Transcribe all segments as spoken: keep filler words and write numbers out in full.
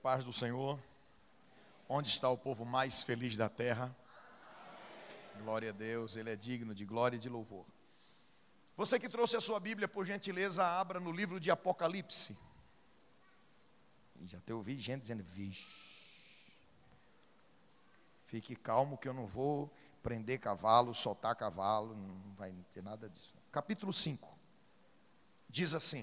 paz do Senhor. Onde está o povo mais feliz da terra? Glória a Deus, Ele é digno de glória e de louvor. Você que trouxe a sua Bíblia, por gentileza, abra no livro de Apocalipse. Já te ouvi gente dizendo, vixe. Fique calmo que eu não vou prender cavalo, soltar cavalo, não vai ter nada disso. Capítulo cinco, diz assim: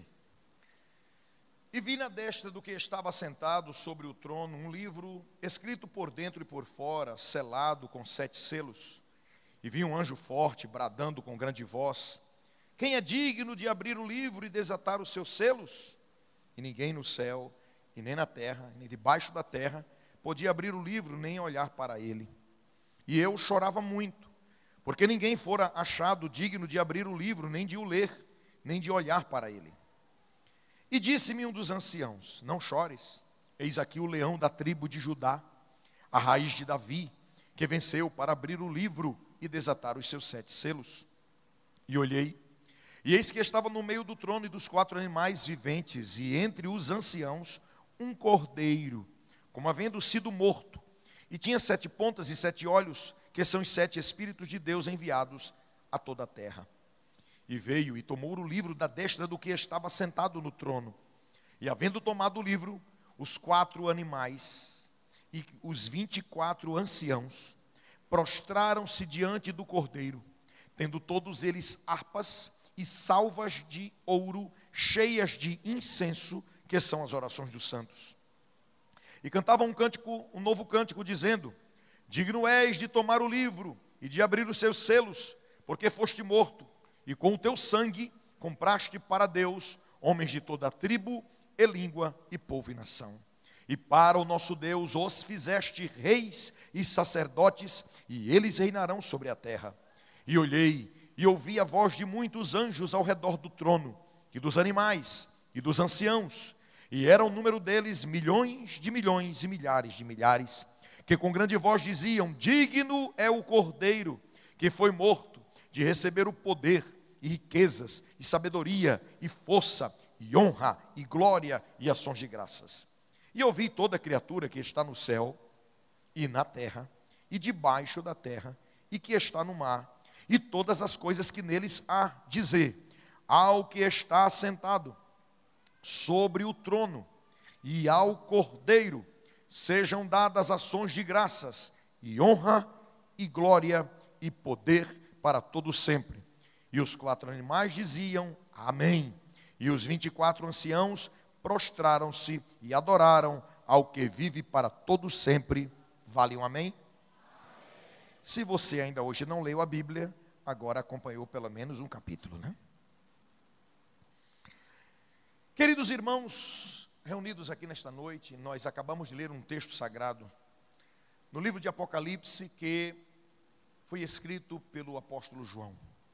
E vi na destra do que estava sentado sobre o trono um livro escrito por dentro e por fora, selado com sete selos. E vi um anjo forte bradando com grande voz: Quem é digno de abrir o livro e desatar os seus selos? E ninguém no céu, e nem na terra, nem debaixo da terra, podia abrir o livro, nem olhar para ele. E eu chorava muito, porque ninguém fora achado digno de abrir o livro, nem de o ler, nem de olhar para ele. E disse-me um dos anciãos: Não chores, eis aqui o leão da tribo de Judá, a raiz de Davi, que venceu para abrir o livro e desatar os seus sete selos. E olhei, e eis que estava no meio do trono e dos quatro animais viventes, e entre os anciãos um cordeiro, como havendo sido morto, e tinha sete pontas e sete olhos, que são os sete Espíritos de Deus enviados a toda a terra. E veio e tomou o livro da destra do que estava sentado no trono. E havendo tomado o livro, os quatro animais e os vinte e quatro anciãos prostraram-se diante do cordeiro, tendo todos eles harpas e salvas de ouro cheias de incenso, que são as orações dos santos. E cantavam um cântico, um novo cântico, dizendo: Digno és de tomar o livro e de abrir os seus selos, porque foste morto, e com o teu sangue compraste para Deus homens de toda a tribo, e língua, e povo e nação. E para o nosso Deus os fizeste reis e sacerdotes, e eles reinarão sobre a terra. E olhei, e ouvi a voz de muitos anjos ao redor do trono, e dos animais, e dos anciãos, e era o número deles milhões de milhões e milhares de milhares, que com grande voz diziam: Digno é o cordeiro que foi morto de receber o poder, e riquezas, e sabedoria, e força, e honra, e glória, e ações de graças. E ouvi toda criatura que está no céu, e na terra, e debaixo da terra, e que está no mar, e todas as coisas que neles há, dizer: Ao que está assentado sobre o trono, e ao cordeiro, sejam dadas ações de graças, e honra, e glória, e poder para todo sempre. E os quatro animais diziam: Amém. E os vinte e quatro anciãos prostraram-se e adoraram ao que vive para todo sempre. Vale um amém? Se você ainda hoje não leu a Bíblia, agora acompanhou pelo menos um capítulo, né? Queridos irmãos, reunidos aqui nesta noite, nós acabamos de ler um texto sagrado no livro de Apocalipse, que foi escrito pelo apóstolo João.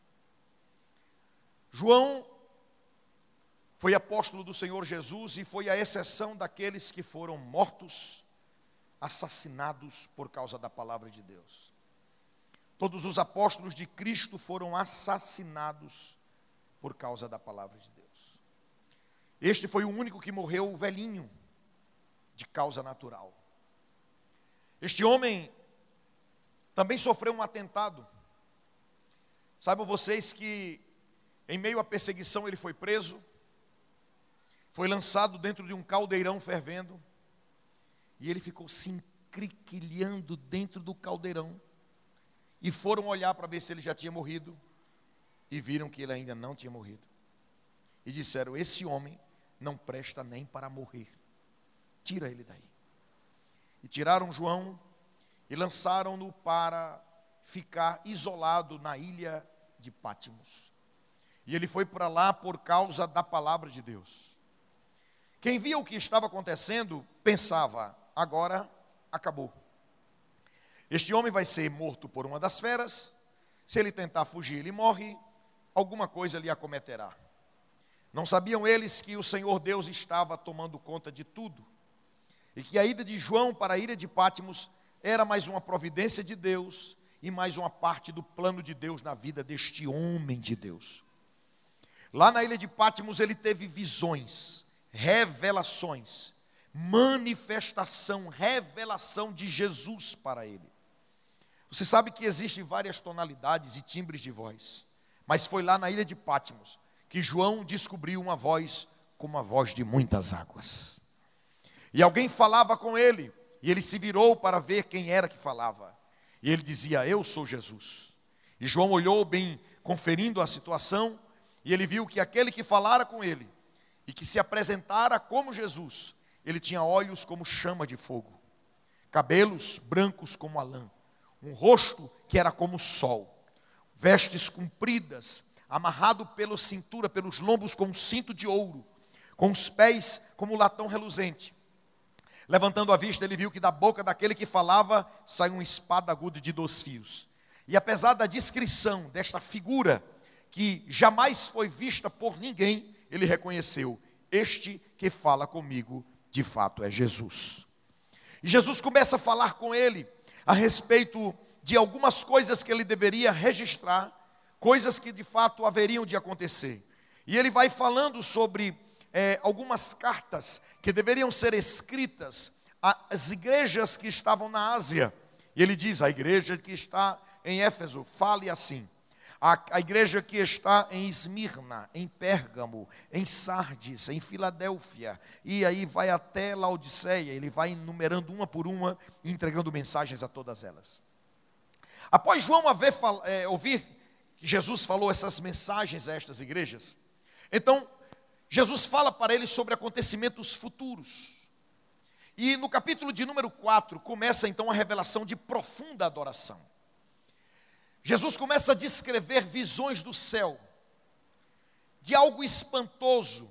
João foi apóstolo do Senhor Jesus e foi a exceção daqueles que foram mortos, assassinados por causa da palavra de Deus. Todos os apóstolos de Cristo foram assassinados por causa da palavra de Deus. Este foi o único que morreu velhinho, de causa natural. Este homem também sofreu um atentado. Saibam vocês que, em meio à perseguição, ele foi preso, foi lançado dentro de um caldeirão fervendo, e ele ficou se encriquilhando dentro do caldeirão, e foram olhar para ver se ele já tinha morrido, e viram que ele ainda não tinha morrido, e disseram: Esse homem não presta nem para morrer, tira ele daí. E tiraram João e lançaram-no para ficar isolado na ilha de Pátimos. E ele foi para lá por causa da palavra de Deus. Quem via o que estava acontecendo pensava: agora acabou. Este homem vai ser morto por uma das feras. Se ele tentar fugir, ele morre. Alguma coisa lhe acometerá. Não sabiam eles que o Senhor Deus estava tomando conta de tudo, e que a ida de João para a ilha de Pátimos era mais uma providência de Deus e mais uma parte do plano de Deus na vida deste homem de Deus. Lá na ilha de Pátimos ele teve visões, revelações, manifestação, revelação de Jesus para ele. Você sabe que existem várias tonalidades e timbres de voz, mas foi lá na ilha de Patmos que João descobriu uma voz como a voz de muitas águas. E alguém falava com ele, e ele se virou para ver quem era que falava. E ele dizia: eu sou Jesus. E João olhou bem, conferindo a situação, e ele viu que aquele que falara com ele, e que se apresentara como Jesus, ele tinha olhos como chama de fogo, cabelos brancos como a lã, um rosto que era como o sol, vestes compridas, amarrado pela cintura, pelos lombos com um cinto de ouro, com os pés como latão reluzente. Levantando a vista, ele viu que da boca daquele que falava saiu uma espada aguda de dois fios. E apesar da descrição desta figura, que jamais foi vista por ninguém, ele reconheceu: este que fala comigo, de fato é Jesus. E Jesus começa a falar com ele a respeito de algumas coisas que ele deveria registrar, coisas que de fato haveriam de acontecer. E ele vai falando sobre é, algumas cartas que deveriam ser escritas às igrejas que estavam na Ásia. E ele diz: a igreja que está em Éfeso, fale assim. A, a igreja que está em Esmirna, em Pérgamo, em Sardes, em Filadélfia, e aí vai até Laodiceia. Ele vai enumerando uma por uma e entregando mensagens a todas elas. Após João haver, é, ouvir que Jesus falou essas mensagens a estas igrejas, então Jesus fala para ele sobre acontecimentos futuros. E no capítulo de número quatro, começa então a revelação de profunda adoração. Jesus começa a descrever visões do céu, de algo espantoso.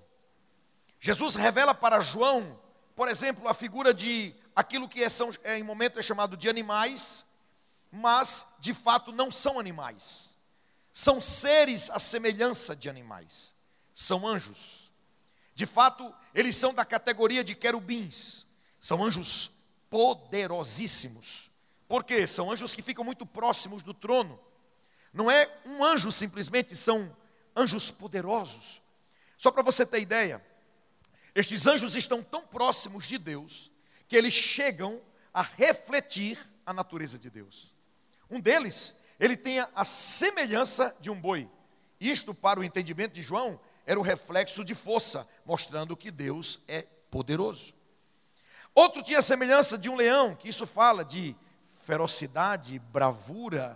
Jesus revela para João, por exemplo, a figura de aquilo que é, são, é, em momento é chamado de animais, mas de fato não são animais. São seres à semelhança de animais. São anjos. De fato, eles são da categoria de querubins. São anjos poderosíssimos. Por quê? São anjos que ficam muito próximos do trono. Não é um anjo simplesmente, são anjos poderosos. Só para você ter ideia, estes anjos estão tão próximos de Deus, que eles chegam a refletir a natureza de Deus. Um deles, ele tem a semelhança de um boi. Isto, para o entendimento de João, era o reflexo de força, mostrando que Deus é poderoso. Outro tinha a semelhança de um leão, que isso fala de ferocidade, bravura,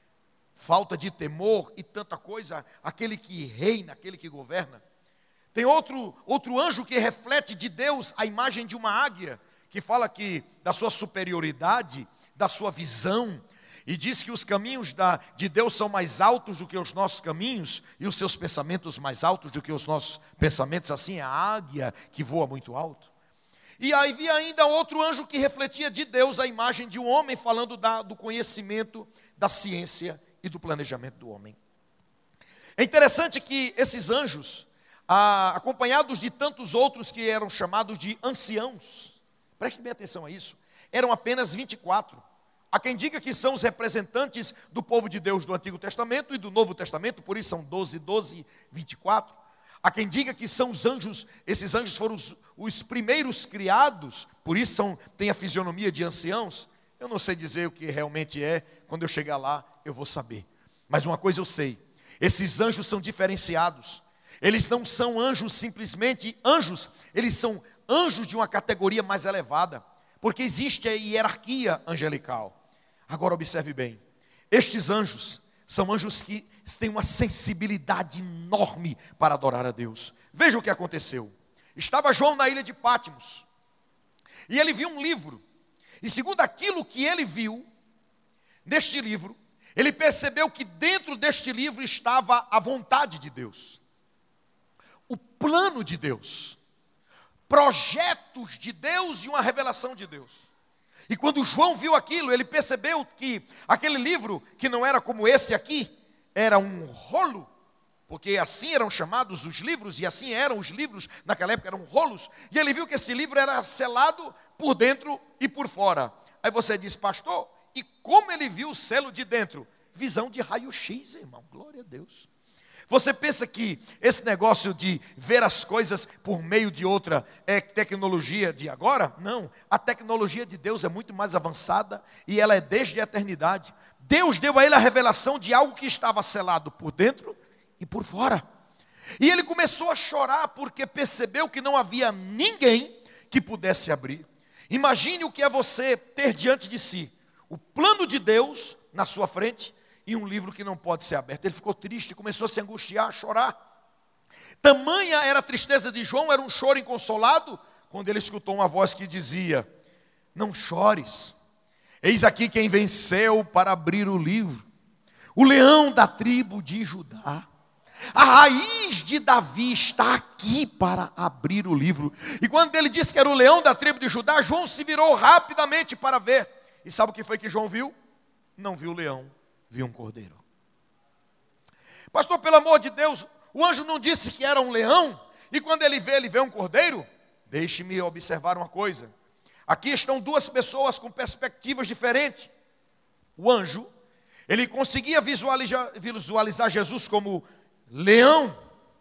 falta de temor e tanta coisa, aquele que reina, aquele que governa. Tem outro, outro anjo que reflete de Deus a imagem de uma águia, que fala que da sua superioridade, da sua visão, e diz que os caminhos da, de Deus são mais altos do que os nossos caminhos, e os seus pensamentos mais altos do que os nossos pensamentos. Assim é a águia que voa muito alto. E aí havia ainda outro anjo que refletia de Deus a imagem de um homem, falando da, do conhecimento, da ciência e do planejamento do homem. É interessante que esses anjos, ah, acompanhados de tantos outros que eram chamados de anciãos, preste bem atenção a isso, eram apenas vinte e quatro. Há quem diga que são os representantes do povo de Deus do Antigo Testamento e do Novo Testamento, por isso são doze, doze, vinte e quatro. Há quem diga que são os anjos, esses anjos foram os, os primeiros criados, por isso são, têm a fisionomia de anciãos. Eu não sei dizer o que realmente é, quando eu chegar lá eu vou saber. Mas uma coisa eu sei, esses anjos são diferenciados. Eles não são anjos simplesmente anjos, eles são anjos de uma categoria mais elevada, porque existe a hierarquia angelical. Agora observe bem, estes anjos são anjos que têm uma sensibilidade enorme para adorar a Deus. Veja o que aconteceu. Estava João na ilha de Patmos, e ele viu um livro, e segundo aquilo que ele viu, neste livro, ele percebeu que dentro deste livro estava a vontade de Deus, o plano de Deus, projetos de Deus e uma revelação de Deus. E quando João viu aquilo, ele percebeu que aquele livro, que não era como esse aqui, era um rolo, porque assim eram chamados os livros, e assim eram os livros, naquela época eram rolos, e ele viu que esse livro era selado por dentro e por fora. Aí você diz: pastor, e como ele viu o selo de dentro? Visão de raio-x, irmão, glória a Deus. Você pensa que esse negócio de ver as coisas por meio de outra é tecnologia de agora? Não, a tecnologia de Deus é muito mais avançada e ela é desde a eternidade. Deus deu a ele a revelação de algo que estava selado por dentro e por fora. E ele começou a chorar porque percebeu que não havia ninguém que pudesse abrir. Imagine o que é você ter diante de si o plano de Deus na sua frente e um livro que não pode ser aberto. Ele ficou triste, começou a se angustiar, a chorar. Tamanha era a tristeza de João, era um choro inconsolado, quando ele escutou uma voz que dizia: não chores, eis aqui quem venceu para abrir o livro, o leão da tribo de Judá. A raiz de Davi está aqui para abrir o livro. E quando ele disse que era o leão da tribo de Judá, João se virou rapidamente para ver. E sabe o que foi que João viu? Não viu o leão, viu um cordeiro. Pastor, pelo amor de Deus, o anjo não disse que era um leão? E quando ele vê, ele vê um cordeiro? Deixe-me observar uma coisa. Aqui estão duas pessoas com perspectivas diferentes. O anjo, ele conseguia visualizar, visualizar Jesus como leão.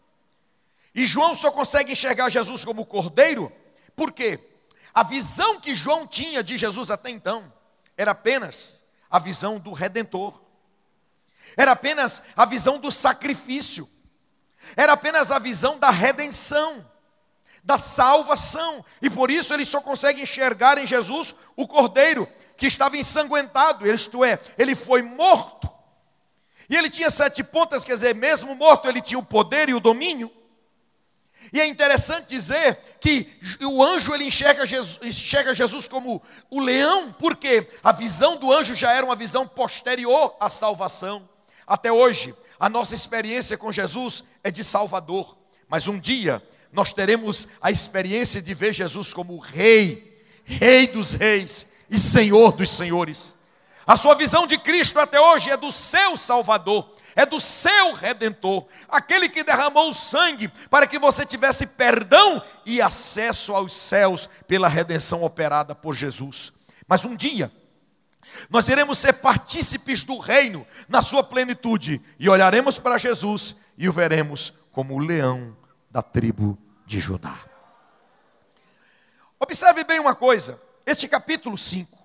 E João só consegue enxergar Jesus como cordeiro. Por quê? A visão que João tinha de Jesus até então era apenas a visão do Redentor. Era apenas a visão do sacrifício. Era apenas a visão da redenção, da salvação. E por isso ele só consegue enxergar em Jesus o cordeiro que estava ensanguentado, isto é, ele foi morto. E ele tinha sete pontas, quer dizer, mesmo morto ele tinha o poder e o domínio. E é interessante dizer que o anjo ele enxerga Jesus, enxerga Jesus como o leão, porque a visão do anjo já era uma visão posterior à salvação. Até hoje, a nossa experiência com Jesus é de Salvador. Mas um dia, nós teremos a experiência de ver Jesus como Rei, Rei dos reis e Senhor dos senhores. A sua visão de Cristo até hoje é do seu Salvador, é do seu Redentor, aquele que derramou o sangue para que você tivesse perdão e acesso aos céus pela redenção operada por Jesus. Mas um dia, nós iremos ser partícipes do reino na sua plenitude e olharemos para Jesus e o veremos como o leão da tribo de Judá. Observe bem uma coisa, este capítulo cinco,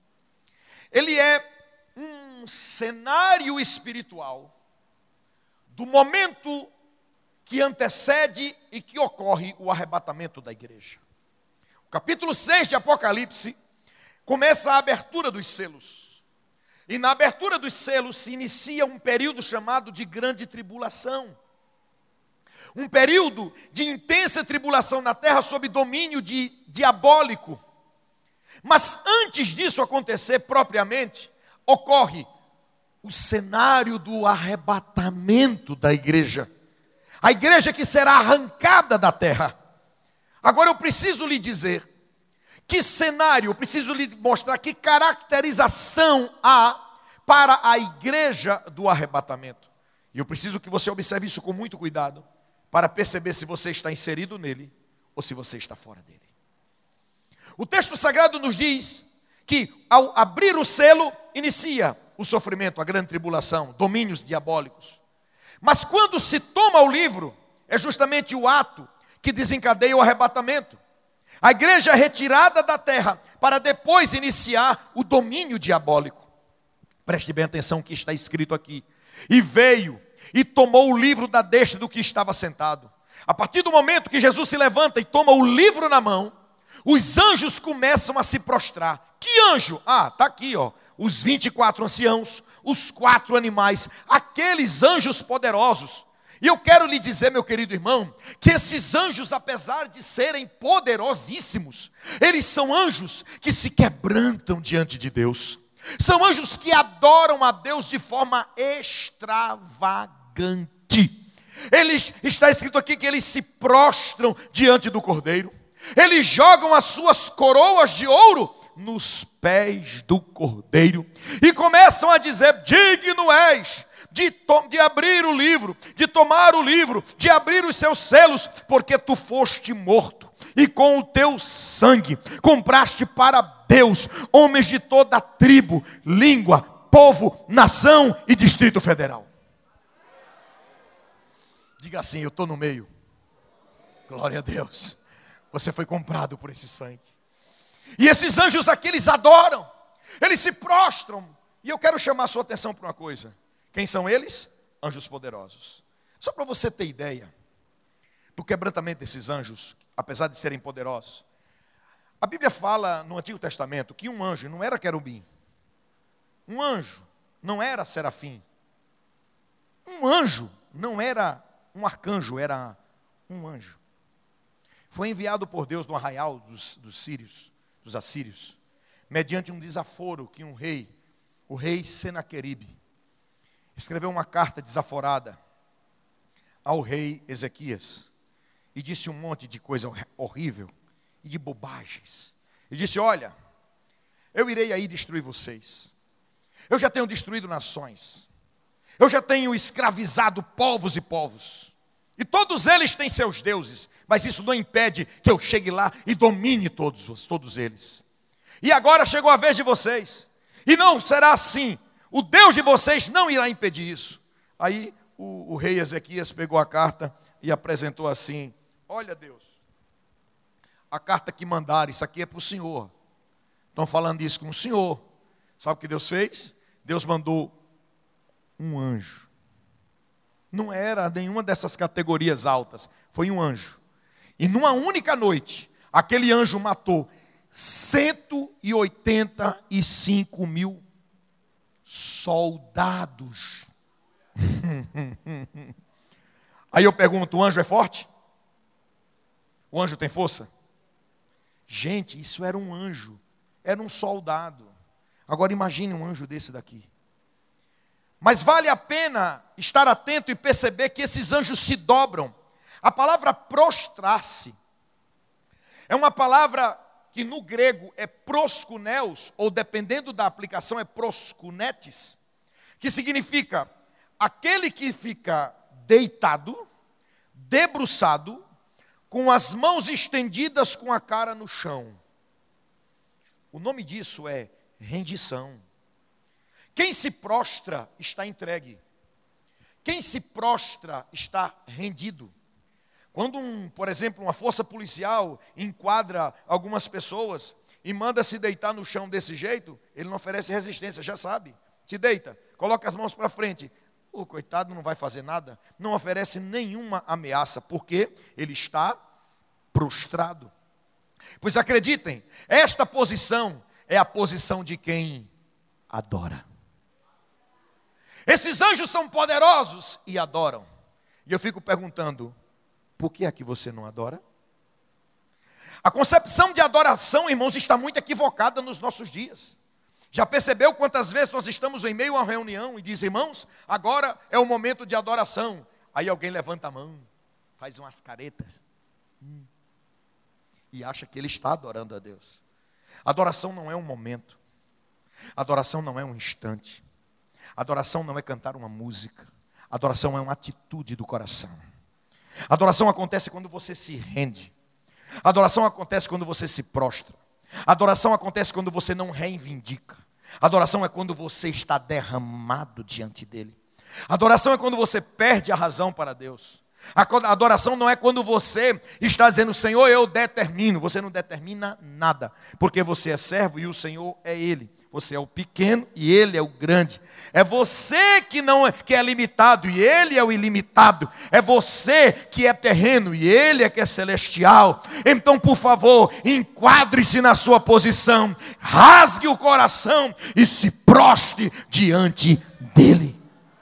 ele é um cenário espiritual do momento que antecede e que ocorre o arrebatamento da igreja. O capítulo seis de Apocalipse começa a abertura dos selos. E na abertura dos selos se inicia um período chamado de grande tribulação. Um período de intensa tribulação na terra sob domínio de diabólico. Mas antes disso acontecer propriamente, ocorre o cenário do arrebatamento da igreja. A igreja que será arrancada da terra. Agora eu preciso lhe dizer, que cenário, eu preciso lhe mostrar que caracterização há para a igreja do arrebatamento. E eu preciso que você observe isso com muito cuidado, para perceber se você está inserido nele ou se você está fora dele. O texto sagrado nos diz que ao abrir o selo, inicia o sofrimento, a grande tribulação, domínios diabólicos. Mas quando se toma o livro, é justamente o ato que desencadeia o arrebatamento. A igreja é retirada da terra para depois iniciar o domínio diabólico. Preste bem atenção que está escrito aqui. E veio e tomou o livro da destra do que estava sentado. A partir do momento que Jesus se levanta e toma o livro na mão, os anjos começam a se prostrar. Que anjo? Ah, está aqui, ó. Os vinte e quatro anciãos, os quatro animais, aqueles anjos poderosos. E eu quero lhe dizer, meu querido irmão, que esses anjos, apesar de serem poderosíssimos, eles são anjos que se quebrantam diante de Deus. São anjos que adoram a Deus de forma extravagante. Eles, está escrito aqui que eles se prostram diante do Cordeiro. Eles jogam as suas coroas de ouro nos pés do Cordeiro e começam a dizer: digno és de, de abrir o livro, de tomar o livro, de abrir os seus selos, porque tu foste morto e com o teu sangue compraste para Deus homens de toda tribo, língua, povo, nação e Distrito Federal. Diga assim: eu estou no meio. Glória a Deus. Você foi comprado por esse sangue. E esses anjos aqui, eles adoram. Eles se prostram. E eu quero chamar a sua atenção para uma coisa. Quem são eles? Anjos poderosos. Só para você ter ideia do quebrantamento desses anjos, apesar de serem poderosos. A Bíblia fala no Antigo Testamento que um anjo não era querubim. Um anjo não era serafim. Um anjo não era um arcanjo, era um anjo. Foi enviado por Deus no arraial dos, dos sírios, dos assírios, mediante um desaforo que um rei, o rei Senaqueribe, escreveu uma carta desaforada ao rei Ezequias e disse um monte de coisa horrível e de bobagens. E disse: olha, eu irei aí destruir vocês. Eu já tenho destruído nações. Eu já tenho escravizado povos e povos. E todos eles têm seus deuses. Mas isso não impede que eu chegue lá e domine todos, todos eles. E agora chegou a vez de vocês. E não será assim. O Deus de vocês não irá impedir isso. Aí o, o rei Ezequias pegou a carta e apresentou assim: olha, Deus, a carta que mandaram, isso aqui é para o Senhor. Estão falando isso com o Senhor. Sabe o que Deus fez? Deus mandou um anjo. Não era nenhuma dessas categorias altas. Foi um anjo. E numa única noite, aquele anjo matou cento e oitenta e cinco mil soldados. Aí eu pergunto: o anjo é forte? O anjo tem força? Gente, isso era um anjo. Era um soldado. Agora imagine um anjo desse daqui. Mas vale a pena estar atento e perceber que esses anjos se dobram. A palavra prostrar-se é uma palavra que no grego é proskuneos, ou dependendo da aplicação é proskunetes, que significa aquele que fica deitado, debruçado, com as mãos estendidas com a cara no chão. O nome disso é rendição. Quem se prostra está entregue. Quem se prostra está rendido. Quando, um, por exemplo, uma força policial enquadra algumas pessoas e manda se deitar no chão desse jeito, ele não oferece resistência, já sabe. Se deita, coloca as mãos para frente. O coitado não vai fazer nada, não oferece nenhuma ameaça, porque ele está prostrado. Pois acreditem, esta posição é a posição de quem adora. Esses anjos são poderosos e adoram. E eu fico perguntando: por que é que você não adora? A concepção de adoração, irmãos, está muito equivocada nos nossos dias. Já percebeu quantas vezes nós estamos em meio a uma reunião e diz: irmãos, agora é o momento de adoração. Aí alguém levanta a mão, faz umas caretas hum, e acha que ele está adorando a Deus. Adoração não é um momento. Adoração não é um instante. Adoração não é cantar uma música. Adoração é uma atitude do coração. Adoração acontece quando você se rende. Adoração acontece quando você se prostra. Adoração acontece quando você não reivindica. Adoração é quando você está derramado diante dele. Adoração é quando você perde a razão para Deus. A adoração não é quando você está dizendo: Senhor, eu determino. Você não determina nada, porque você é servo e o Senhor é Ele. Você é o pequeno e Ele é o grande. É você que não é, que é limitado e Ele é o ilimitado. É você que é terreno e Ele é que é celestial. Então, por favor, enquadre-se na sua posição, rasgue o coração e se prostre diante dEle.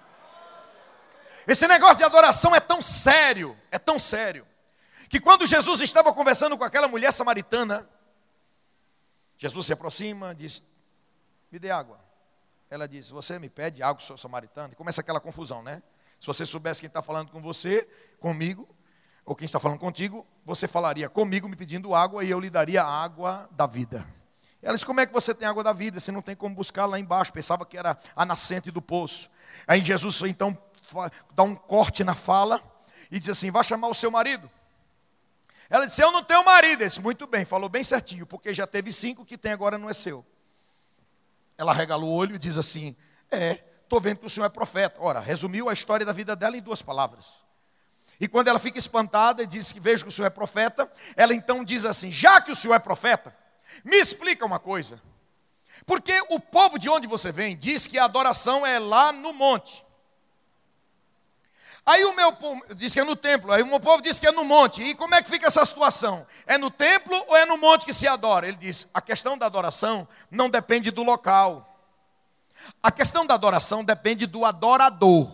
Esse negócio de adoração é tão sério, é tão sério, que quando Jesus estava conversando com aquela mulher samaritana, Jesus se aproxima, diz: me dê água. Ela diz: você me pede água, sou samaritano? E começa aquela confusão, né? Se você soubesse quem está falando com você, comigo, ou quem está falando contigo, você falaria comigo me pedindo água e eu lhe daria a água da vida. Ela disse: como é que você tem água da vida se não tem como buscar lá embaixo? Pensava que era a nascente do poço. Aí Jesus então dá um corte na fala e diz assim: vai chamar o seu marido. Ela disse: eu não tenho marido. Ele disse: muito bem, falou bem certinho, porque já teve cinco, que tem agora não é seu. Ela regala o olho e diz assim: é, estou vendo que o senhor é profeta. Ora, resumiu a história da vida dela em duas palavras. E quando ela fica espantada e diz que vejo que o senhor é profeta, ela então diz assim: já que o senhor é profeta, me explica uma coisa. Porque o povo de onde você vem diz que a adoração é lá no monte. Aí o meu povo diz que é no templo, aí o meu povo diz que é no monte. E como é que fica essa situação? É no templo ou é no monte que se adora? Ele diz: a questão da adoração não depende do local. A questão da adoração depende do adorador.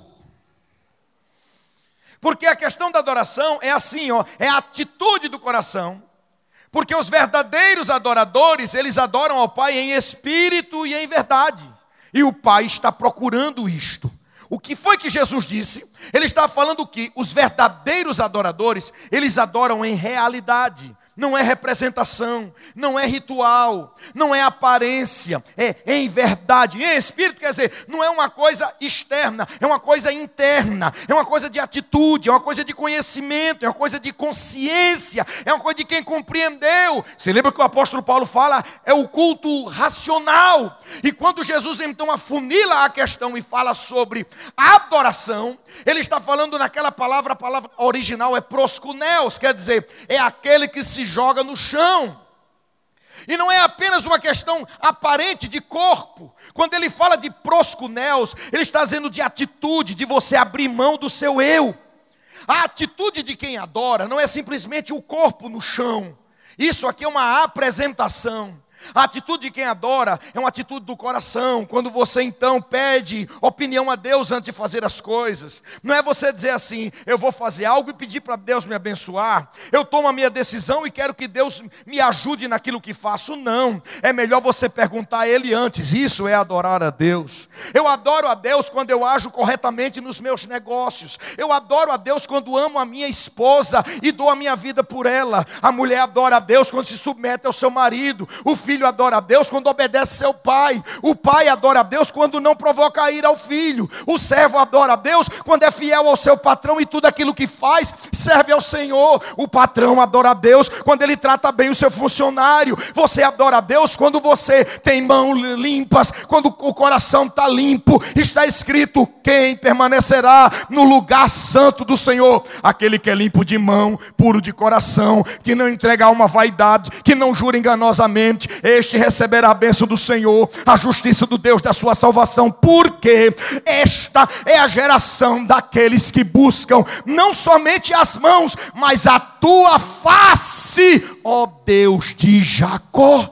Porque a questão da adoração é assim, ó, é a atitude do coração. Porque os verdadeiros adoradores, eles adoram ao Pai em espírito e em verdade. E o Pai está procurando isto. O que foi que Jesus disse? Ele está falando que os verdadeiros adoradores, eles adoram em realidade. Não é representação, não é ritual, não é aparência, é em verdade. Em espírito quer dizer, não é uma coisa externa, é uma coisa interna, é uma coisa de atitude, é uma coisa de conhecimento, é uma coisa de consciência, é uma coisa de quem compreendeu. Você lembra que o apóstolo Paulo fala? É o culto racional. E quando Jesus então afunila a questão e fala sobre adoração, ele está falando naquela palavra, a palavra original é proskuneos, quer dizer, é aquele que se joga no chão. E não é apenas uma questão aparente de corpo. Quando ele fala de proskuneos, ele está dizendo de atitude, de você abrir mão do seu eu. A atitude de quem adora não é simplesmente o corpo no chão. Isso aqui é uma apresentação. A atitude de quem adora é uma atitude do coração. Quando você então pede opinião a Deus antes de fazer as coisas. Não é você dizer assim: eu vou fazer algo e pedir para Deus me abençoar. Eu tomo a minha decisão e quero que Deus me ajude naquilo que faço. Não, é melhor você perguntar a Ele antes. Isso é adorar a Deus. Eu adoro a Deus quando eu ajo corretamente nos meus negócios. Eu adoro a Deus quando amo a minha esposa e dou a minha vida por ela. A mulher adora a Deus quando se submete ao seu marido. O filho O filho adora a Deus quando obedece seu pai. O pai adora a Deus quando não provoca a ira ao filho. O servo adora a Deus quando é fiel ao seu patrão e tudo aquilo que faz serve ao Senhor. O patrão adora a Deus quando ele trata bem o seu funcionário. Você adora a Deus quando você tem mãos limpas, quando o coração está limpo. Está escrito: quem permanecerá no lugar santo do Senhor? Aquele que é limpo de mão, puro de coração, que não entrega a uma vaidade, que não jura enganosamente. Este receberá a bênção do Senhor, a justiça do Deus da sua salvação, porque esta é a geração daqueles que buscam não somente as mãos, mas a tua face, ó Deus de Jacó.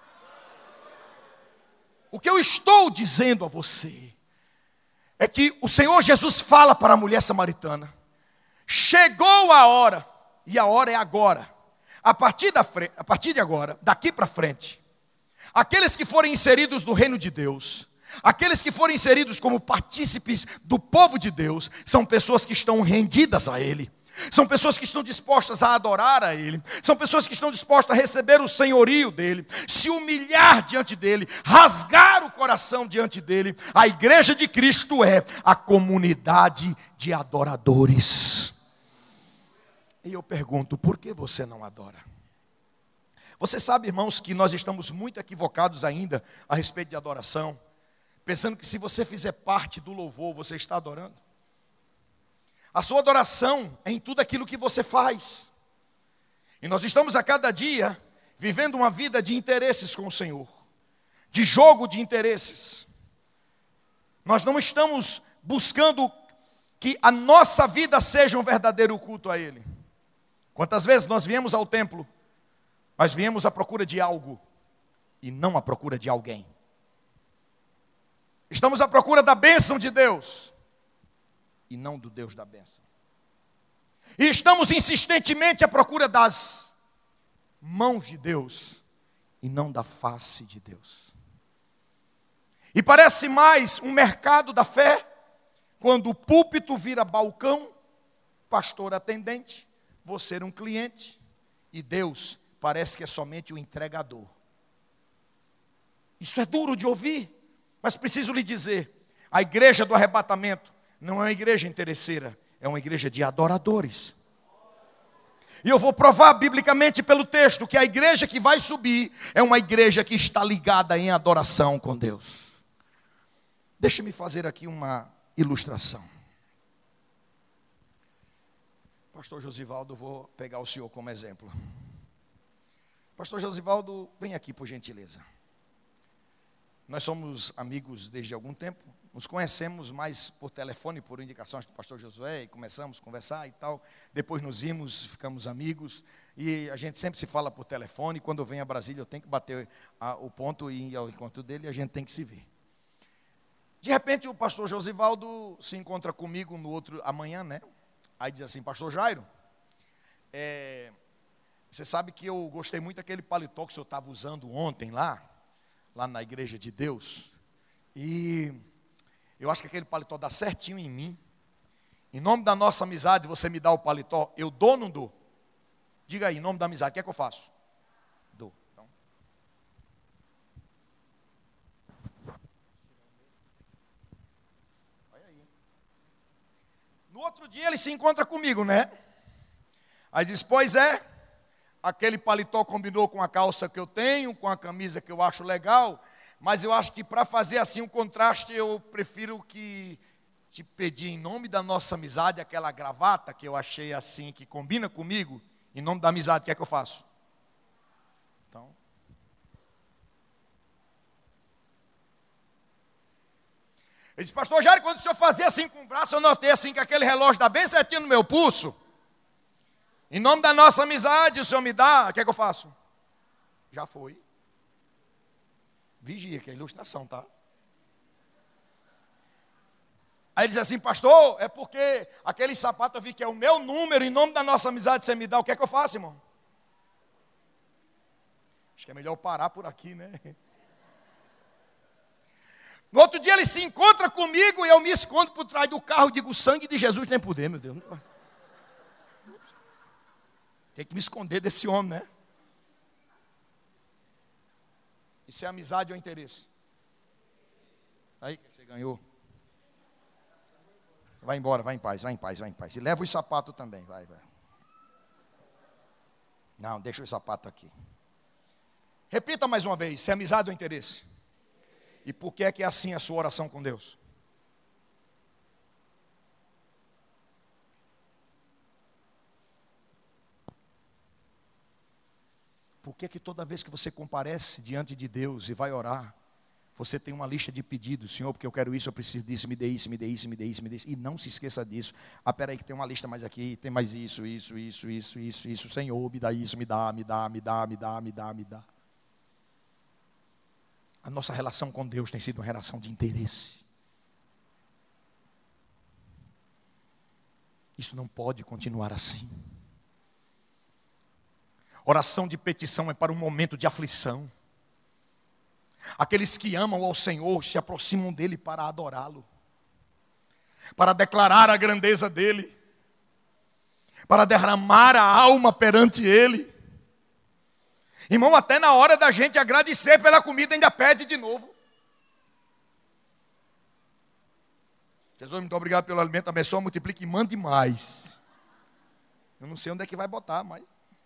O que eu estou dizendo a você é que o Senhor Jesus fala para a mulher samaritana: chegou a hora, e a hora é agora. A partir, da frente, a partir de agora, daqui para frente, aqueles que forem inseridos no reino de Deus, aqueles que forem inseridos como partícipes do povo de Deus, são pessoas que estão rendidas a Ele. São pessoas que estão dispostas a adorar a Ele. São pessoas que estão dispostas a receber o senhorio dEle, se humilhar diante dEle, rasgar o coração diante dEle. A igreja de Cristo é a comunidade de adoradores. E eu pergunto: por que você não adora? Você sabe, irmãos, que nós estamos muito equivocados ainda a respeito de adoração, pensando que se você fizer parte do louvor, você está adorando. A sua adoração é em tudo aquilo que você faz. E nós estamos a cada dia vivendo uma vida de interesses com o Senhor, de jogo de interesses. Nós não estamos buscando que a nossa vida seja um verdadeiro culto a Ele. Quantas vezes nós viemos ao templo, mas viemos à procura de algo e não à procura de alguém. Estamos à procura da bênção de Deus e não do Deus da bênção. E estamos insistentemente à procura das mãos de Deus e não da face de Deus. E parece mais um mercado da fé, quando o púlpito vira balcão, pastor atendente, você era um cliente, e Deus parece que é somente o entregador. Isso é duro de ouvir, mas preciso lhe dizer: a igreja do arrebatamento não é uma igreja interesseira, é uma igreja de adoradores. E eu vou provar biblicamente pelo texto que a igreja que vai subir é uma igreja que está ligada em adoração com Deus. Deixe-me fazer aqui uma ilustração. Pastor Josivaldo, vou pegar o senhor como exemplo. Pastor Josivaldo, vem aqui por gentileza. Nós somos amigos desde algum tempo. Nos conhecemos mais por telefone, por indicações do pastor Josué, e começamos a conversar e tal. Depois nos vimos, ficamos amigos, e a gente sempre se fala por telefone. Quando eu venho a Brasília, eu tenho que bater a, o ponto e ir ao encontro dele, e a gente tem que se ver. De repente, o pastor Josivaldo se encontra comigo no outro, amanhã, né? Aí diz assim: pastor Jairo, é, você sabe que eu gostei muito daquele paletó que o senhor estava usando ontem lá, lá na igreja de Deus, e eu acho que aquele paletó dá certinho em mim. Em nome da nossa amizade, você me dá o paletó, eu dou ou não dou? Diga aí, em nome da amizade, o que é que eu faço? Dou. Então. Vai aí. No outro dia ele se encontra comigo, né? Aí diz: pois é, aquele paletó combinou com a calça que eu tenho, com a camisa que eu acho legal, mas eu acho que para fazer assim um contraste, eu prefiro que te pedir em nome da nossa amizade, aquela gravata que eu achei assim, que combina comigo, em nome da amizade, o que é que eu faço? Então, ele disse: pastor Jairo, quando o senhor fazia assim com o braço, eu notei assim que aquele relógio dá bem certinho no meu pulso. Em nome da nossa amizade, o senhor me dá, o que é que eu faço? Já foi. Vigia, que é ilustração, tá? Aí ele diz assim: pastor, é porque aquele sapato eu vi que é o meu número, em nome da nossa amizade você me dá, o que é que eu faço, irmão? Acho que é melhor parar por aqui, né? No outro dia ele se encontra comigo e eu me escondo por trás do carro e digo: o sangue de Jesus tem poder, meu Deus. Tem que me esconder desse homem, né? Isso é amizade ou interesse? Aí, o que você ganhou? Vai embora, vai em paz, vai em paz, vai em paz. E leva os sapatos também, vai, vai. Não, deixa o sapato aqui. Repita mais uma vez: se é amizade ou interesse? E por que é que é assim a sua oração com Deus? Por que é que toda vez que você comparece diante de Deus e vai orar, você tem uma lista de pedidos? Senhor, porque eu quero isso, eu preciso disso, me dê isso, me dê isso, me dê isso, me dê isso. E não se esqueça disso. Ah, peraí que tem uma lista mais aqui, tem mais isso, isso, isso, isso, isso, isso. Senhor, me dá isso, me dá, me dá, me dá, me dá, me dá, me dá. A nossa relação com Deus tem sido uma relação de interesse. Isso não pode continuar assim. Oração de petição é para um momento de aflição. Aqueles que amam ao Senhor se aproximam dEle para adorá-lo, para declarar a grandeza dEle, para derramar a alma perante Ele. Irmão, até na hora da gente agradecer pela comida, ainda pede de novo. Jesus, muito obrigado pelo alimento, abençoa, multiplique e mande mais. Eu não sei onde é que vai botar, mas...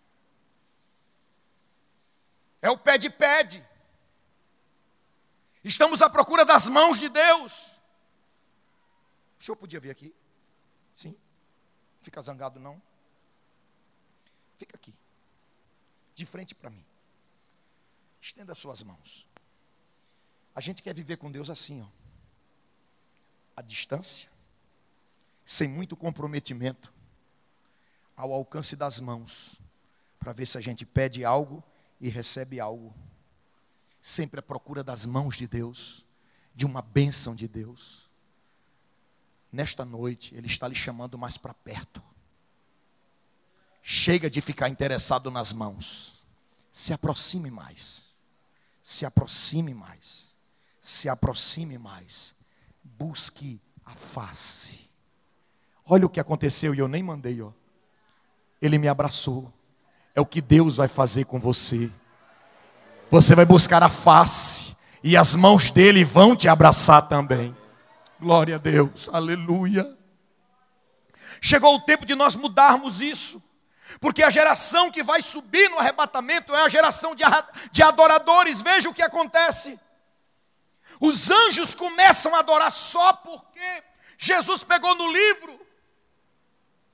é o pede-pede. Estamos à procura das mãos de Deus. O senhor podia vir aqui? Sim. Fica zangado não. Fica aqui. De frente para mim. Estenda as suas mãos. A gente quer viver com Deus assim, ó. À distância. Sem muito comprometimento. Ao alcance das mãos. Para ver se a gente pede algo e recebe algo. Sempre à procura das mãos de Deus, de uma bênção de Deus. Nesta noite, Ele está lhe chamando mais para perto. Chega de ficar interessado nas mãos. Se aproxime mais. Se aproxime mais. Se aproxime mais. Busque a face. Olha o que aconteceu e eu nem mandei, ó. Ele me abraçou. É o que Deus vai fazer com você. Você vai buscar a face e as mãos dele vão te abraçar também. Glória a Deus, aleluia. Chegou o tempo de nós mudarmos isso, porque a geração que vai subir no arrebatamento é a geração de, de adoradores. Veja o que acontece. Os anjos começam a adorar só porque Jesus pegou no livro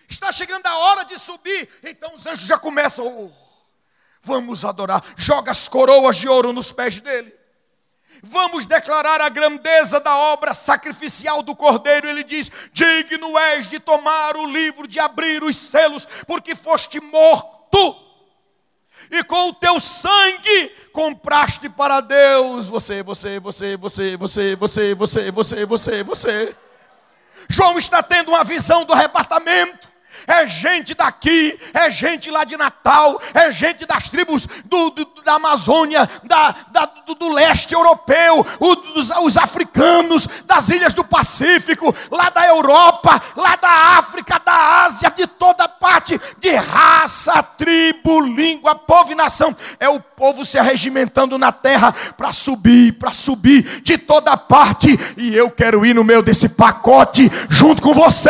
Está chegando a hora de subir. Então os anjos já começam. Oh, vamos adorar. Joga as coroas de ouro nos pés dele. Vamos declarar a grandeza da obra sacrificial do Cordeiro. Ele diz: digno és de tomar o livro, de abrir os selos, porque foste morto. E com o teu sangue compraste para Deus. Você, você, você, você, você, você, você, você, você, você. João está tendo uma visão do arrebatamento. É gente daqui, é gente lá de Natal, é gente das tribos do, do, da Amazônia, da, da, do, do leste europeu, o, dos, os africanos, das ilhas do Pacífico, lá da Europa, lá da África, da Ásia, de toda parte, de raça, tribo, língua, povo e nação. É o povo se arregimentando na terra para subir, para subir de toda parte. E eu quero ir no meio desse pacote junto com você.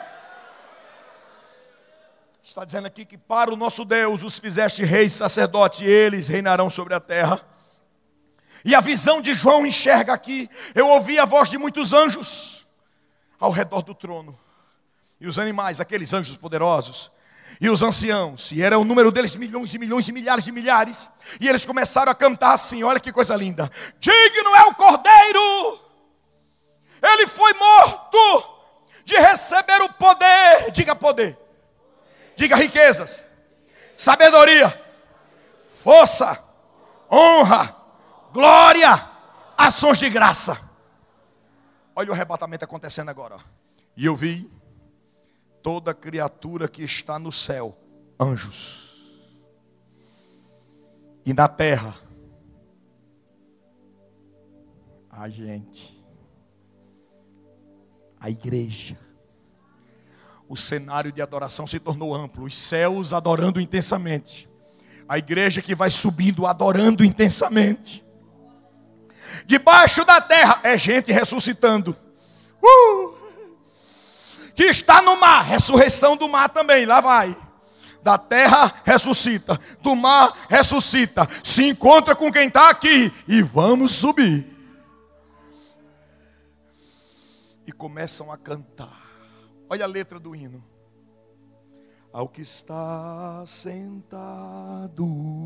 Está dizendo aqui que para o nosso Deus os fizeste reis, sacerdotes, e eles reinarão sobre a terra. E a visão de João enxerga aqui. Eu ouvi a voz de muitos anjos ao redor do trono. E os animais, aqueles anjos poderosos. E os anciãos. E era o número deles milhões e milhões e milhares de milhares. E eles começaram a cantar assim, olha que coisa linda. Digno é o Cordeiro. Ele foi morto de receber o poder. Diga poder. Diga riquezas, sabedoria, força, honra, glória, ações de graça. Olha o arrebatamento acontecendo agora. E eu vi toda criatura que está no céu, anjos, e na terra, a gente, a igreja. O cenário de adoração se tornou amplo. Os céus adorando intensamente. A igreja que vai subindo, adorando intensamente. Debaixo da terra é gente ressuscitando. Uh! Que está no mar. Ressurreição do mar também. Lá vai. Da terra ressuscita. Do mar ressuscita. Se encontra com quem está aqui. E vamos subir. E começam a cantar. Olha a letra do hino. Ao que está sentado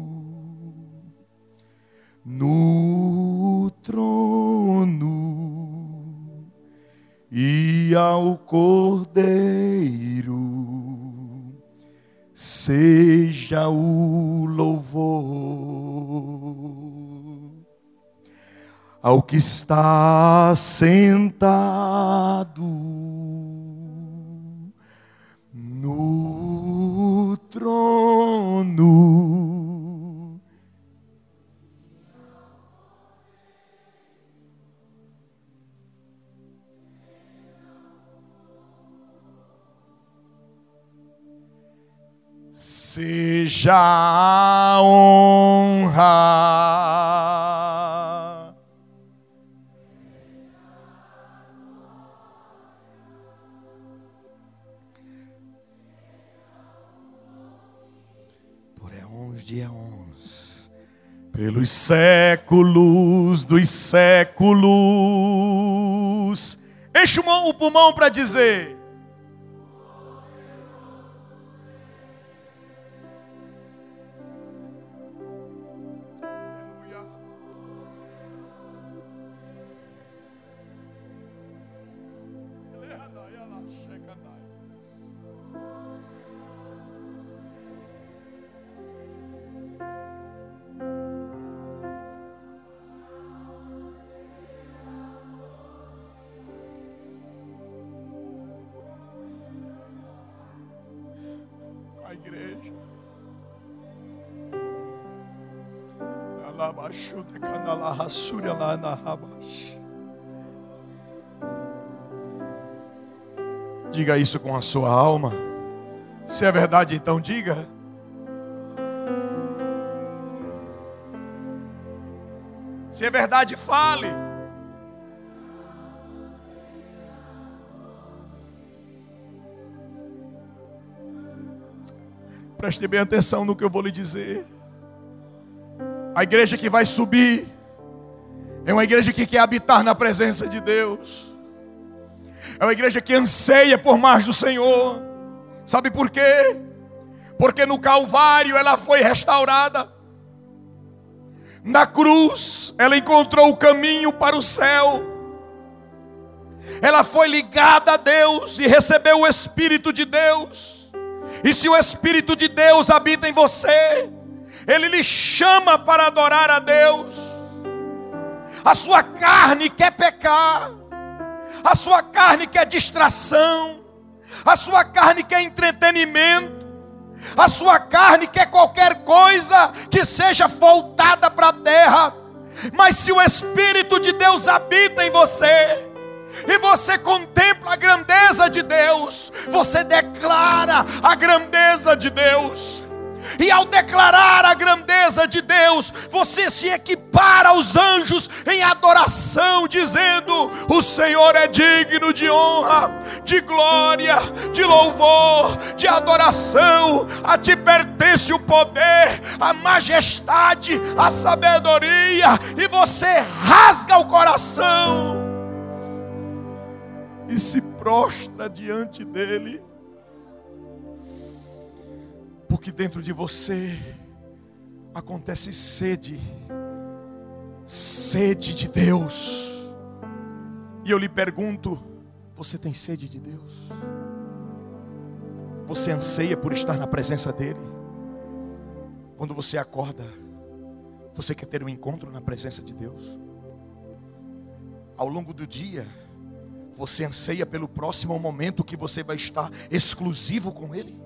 no trono e ao Cordeiro seja o louvor. Ao que está sentado no trono seja a honra, por éons de éons, pelos séculos dos séculos. Enche o pulmão para dizer: a igreja. Diga isso com a sua alma. Se é verdade, então diga. Se é verdade, fale. Preste bem atenção no que eu vou lhe dizer. A igreja que vai subir é uma igreja que quer habitar na presença de Deus. É uma igreja que anseia por mais do Senhor. Sabe por quê? Porque no Calvário ela foi restaurada. Na cruz ela encontrou o caminho para o céu. Ela foi ligada a Deus e recebeu o Espírito de Deus. E se o Espírito de Deus habita em você, Ele lhe chama para adorar a Deus. A sua carne quer pecar. A sua carne quer distração. A sua carne quer entretenimento. A sua carne quer qualquer coisa que seja voltada para a terra. Mas se o Espírito de Deus habita em você, e você contempla a grandeza de Deus, você declara a grandeza de Deus. E ao declarar a grandeza de Deus, você se equipara aos anjos em adoração, dizendo: o Senhor é digno de honra, de glória, de louvor, de adoração. A ti pertence o poder, a majestade, a sabedoria. E você rasga o coração e se prostra diante dele. Porque dentro de você acontece sede, sede de Deus. E eu lhe pergunto: você tem sede de Deus? Você anseia por estar na presença dele? Quando você acorda, você quer ter um encontro na presença de Deus? Ao longo do dia, você anseia pelo próximo momento que você vai estar exclusivo com ele?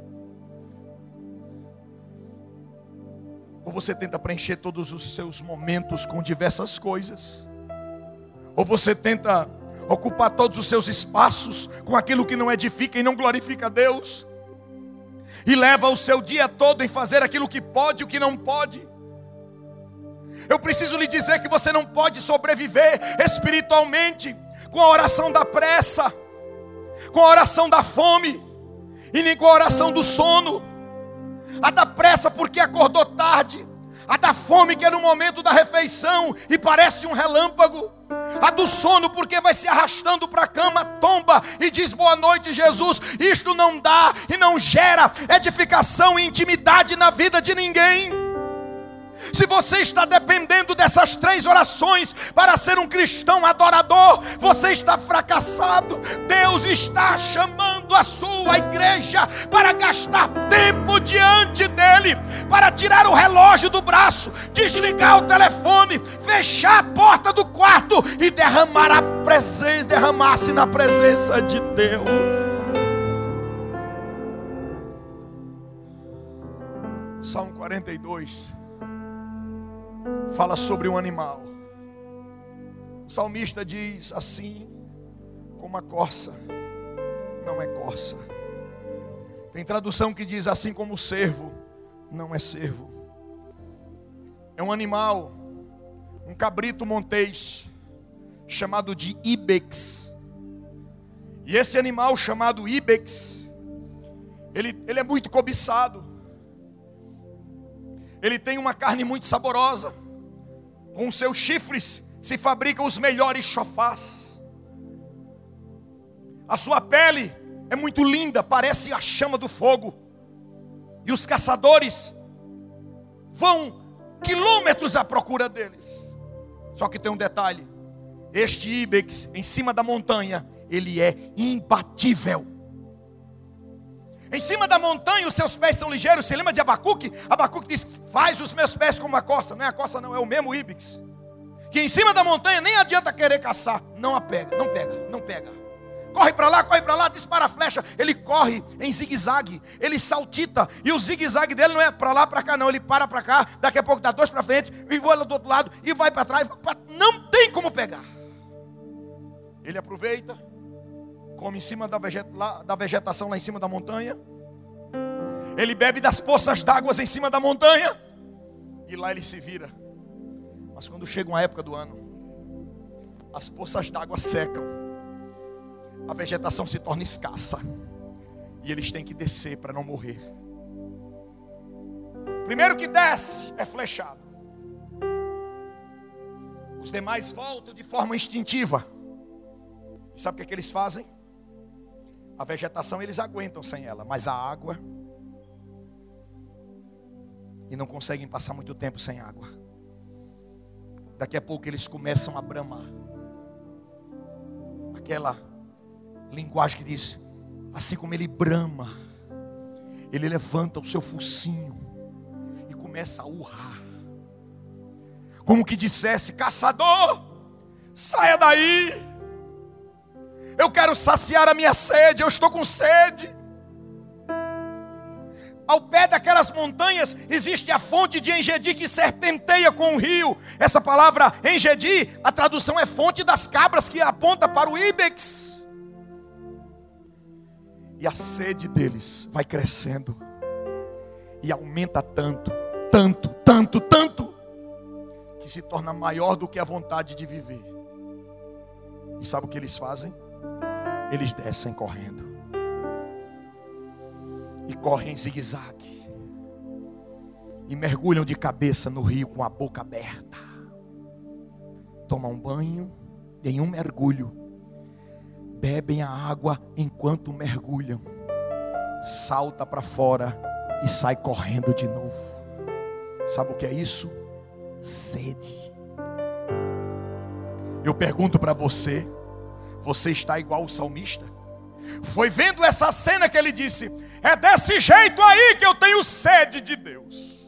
Ou você tenta preencher todos os seus momentos com diversas coisas? Ou você tenta ocupar todos os seus espaços com aquilo que não edifica e não glorifica a Deus? E leva o seu dia todo em fazer aquilo que pode e o que não pode? Eu preciso lhe dizer que você não pode sobreviver espiritualmente com a oração da pressa, com a oração da fome, e nem com a oração do sono. A da pressa porque acordou tarde, a da fome que é no momento da refeição e parece um relâmpago, a do sono porque vai se arrastando para a cama, tomba e diz: boa noite, Jesus. Isto não dá e não gera edificação e intimidade na vida de ninguém. Se você está dependendo dessas três orações para ser um cristão adorador, você está fracassado. Deus está chamando a sua igreja para gastar tempo diante dele, para tirar o relógio do braço, desligar o telefone, fechar a porta do quarto e derramar a presença, derramar-se na presença de Deus. Salmo quarenta e dois fala sobre um animal. O salmista diz assim: como a corça não é corça. Tem tradução que diz assim: como o cervo não é cervo. É um animal, um cabrito montês, chamado de íbex. E esse animal chamado íbex, ele, ele é muito cobiçado. Ele tem uma carne muito saborosa. Com seus chifres se fabricam os melhores chofás. A sua pele é muito linda, parece a chama do fogo. E os caçadores vão quilômetros à procura deles. Só que tem um detalhe: este íbex em cima da montanha, ele é imbatível. Em cima da montanha os seus pés são ligeiros. Você lembra de Abacuque? Abacuque diz: faz os meus pés como a corça. Não é a corça não, é o mesmo íbex. Que em cima da montanha nem adianta querer caçar. Não a pega, não pega, não pega. Corre para lá, corre para lá, dispara a flecha. Ele corre em zigue-zague, ele saltita. E o zigue-zague dele não é para lá, para cá não. Ele para para cá, daqui a pouco dá dois para frente, e voa do outro lado, e vai para trás. Não tem como pegar. Ele aproveita, come em cima da, vegeta, lá, da vegetação lá em cima da montanha. Ele bebe das poças d'água em cima da montanha. E lá ele se vira. Mas quando chega uma época do ano, as poças d'água secam, a vegetação se torna escassa, e eles têm que descer para não morrer. Primeiro que desce é flechado. Os demais voltam de forma instintiva. E sabe o que é que eles fazem? A vegetação eles aguentam sem ela, mas a água, e não conseguem passar muito tempo sem água. Daqui a pouco eles começam a bramar. Aquela linguagem que diz, assim como ele brama, ele levanta o seu focinho e começa a urrar, como que dissesse: caçador, saia daí, eu quero saciar a minha sede, eu estou com sede. Ao pé daquelas montanhas existe a fonte de Engedi que serpenteia com o rio. Essa palavra Engedi, a tradução é fonte das cabras, que aponta para o íbex. E a sede deles vai crescendo e aumenta tanto, tanto, tanto, tanto, que se torna maior do que a vontade de viver. E sabe o que eles fazem? Eles descem correndo. E correm em zigue-zague. E mergulham de cabeça no rio com a boca aberta. Tomam um banho em um mergulho. Bebem a água enquanto mergulham. Salta para fora e sai correndo de novo. Sabe o que é isso? Sede. Eu pergunto para você, você está igual o salmista? Foi vendo essa cena que ele disse: é desse jeito aí que eu tenho sede de Deus.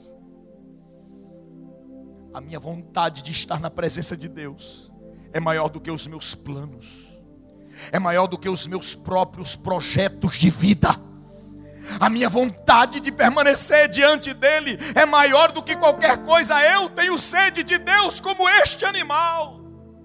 A minha vontade de estar na presença de Deus é maior do que os meus planos, é maior do que os meus próprios projetos de vida. A minha vontade de permanecer diante dele é maior do que qualquer coisa. Eu tenho sede de Deus como este animal.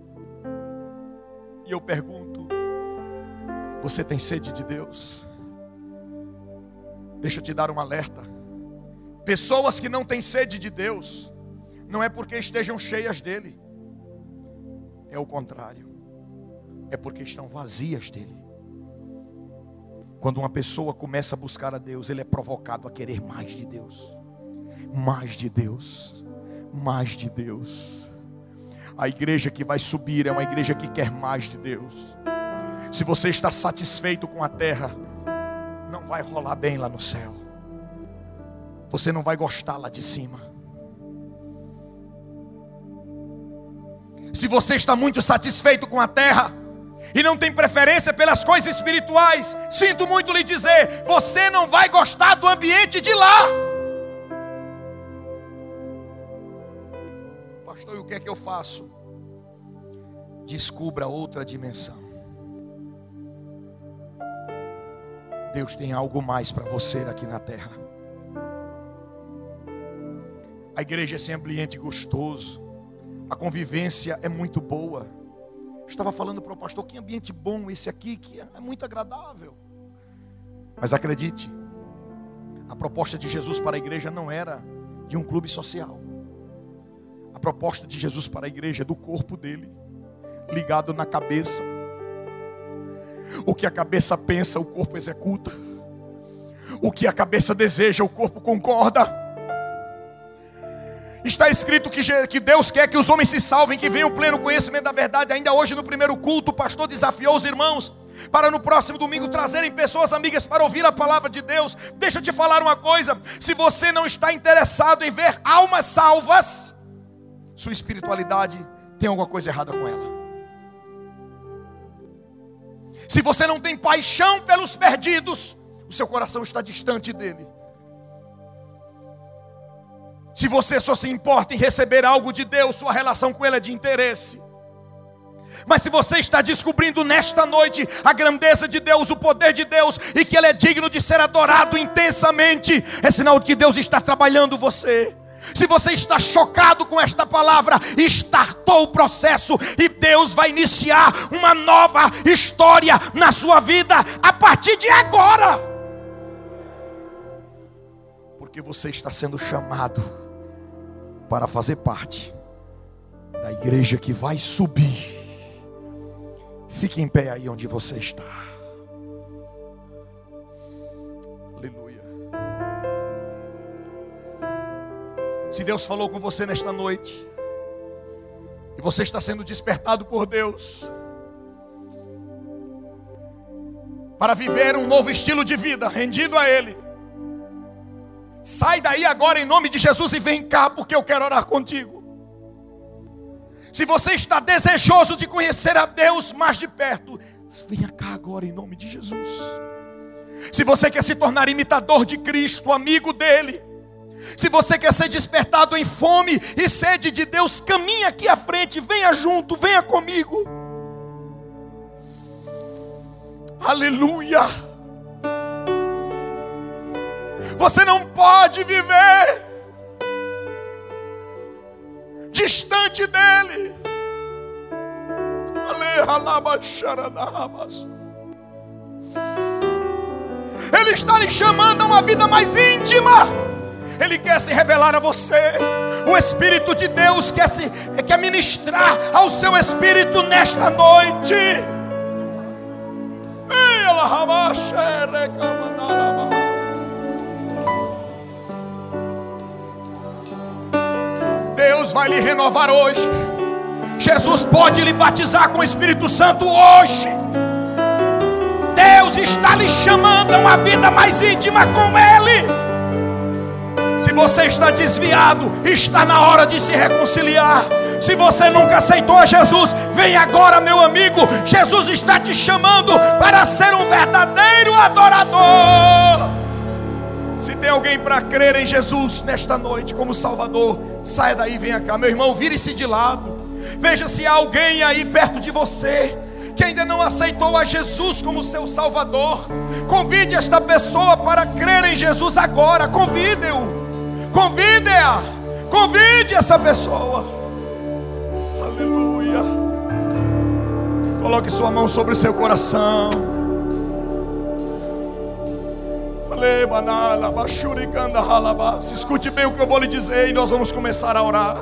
E eu pergunto: você tem sede de Deus? Deixa eu te dar um alerta. Pessoas que não têm sede de Deus, não é porque estejam cheias dele, é o contrário, é porque estão vazias dele. Quando uma pessoa começa a buscar a Deus, ele é provocado a querer mais de Deus, mais de Deus, mais de Deus. A igreja que vai subir é uma igreja que quer mais de Deus. Se você está satisfeito com a terra, não vai rolar bem lá no céu. Você não vai gostar lá de cima. Se você está muito satisfeito com a terra e não tem preferência pelas coisas espirituais, sinto muito lhe dizer, você não vai gostar do ambiente de lá. Pastor, e o que é que eu faço? Descubra outra dimensão. Deus tem algo mais para você aqui na terra. A igreja é esse ambiente gostoso, a convivência é muito boa. Eu estava falando para o pastor, que ambiente bom esse aqui, que é muito agradável. Mas acredite, a proposta de Jesus para a igreja não era de um clube social. A proposta de Jesus para a igreja é do corpo dele, ligado na cabeça. O que a cabeça pensa, o corpo executa. O que a cabeça deseja, o corpo concorda. Está escrito que, que Deus quer que os homens se salvem, que venham ao pleno conhecimento da verdade. Ainda hoje no primeiro culto, o pastor desafiou os irmãos para no próximo domingo trazerem pessoas amigas para ouvir a palavra de Deus. Deixa eu te falar uma coisa: se você não está interessado em ver almas salvas, sua espiritualidade tem alguma coisa errada com ela. Se você não tem paixão pelos perdidos, o seu coração está distante dele. Se você só se importa em receber algo de Deus, sua relação com ele é de interesse. Mas se você está descobrindo nesta noite a grandeza de Deus, o poder de Deus, e que ele é digno de ser adorado intensamente, é sinal de que Deus está trabalhando você. Se você está chocado com esta palavra, startou o processo e Deus vai iniciar uma nova história na sua vida a partir de agora. Porque você está sendo chamado para fazer parte da igreja que vai subir. Fique em pé aí onde você está. Aleluia. Se Deus falou com você nesta noite e você está sendo despertado por Deus, para viver um novo estilo de vida, rendido a Ele, sai daí agora em nome de Jesus e vem cá, porque eu quero orar contigo. Se você está desejoso de conhecer a Deus mais de perto, venha cá agora em nome de Jesus. Se você quer se tornar imitador de Cristo, amigo dele, se você quer ser despertado em fome e sede de Deus, caminhe aqui à frente, venha junto, venha comigo. Aleluia. Você não pode viver distante dele. Ele está lhe chamando a uma vida mais íntima. Ele quer se revelar a você. O Espírito de Deus quer, se, quer ministrar ao seu espírito nesta noite. Deus vai lhe renovar hoje. Jesus pode lhe batizar com o Espírito Santo hoje. Deus está lhe chamando a uma vida mais íntima com Ele. Se você está desviado, está na hora de se reconciliar. Se você nunca aceitou a Jesus, vem agora, meu amigo. Jesus está te chamando para ser um verdadeiro adorador. Se tem alguém para crer em Jesus nesta noite como Salvador, saia daí e venha cá. Meu irmão, vire-se de lado. Veja se há alguém aí perto de você que ainda não aceitou a Jesus como seu Salvador. Convide esta pessoa para crer em Jesus agora. Convide-o. Convide-a. Convide essa pessoa. Aleluia. Coloque sua mão sobre o seu coração. Escute bem o que eu vou lhe dizer e nós vamos começar a orar.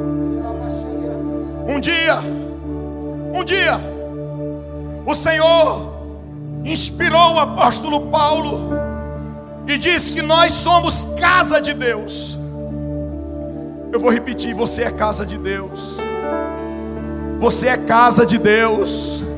Um dia, um dia, o Senhor inspirou o apóstolo Paulo e disse que nós somos casa de Deus. Eu vou repetir: você é casa de Deus. Você é casa de Deus.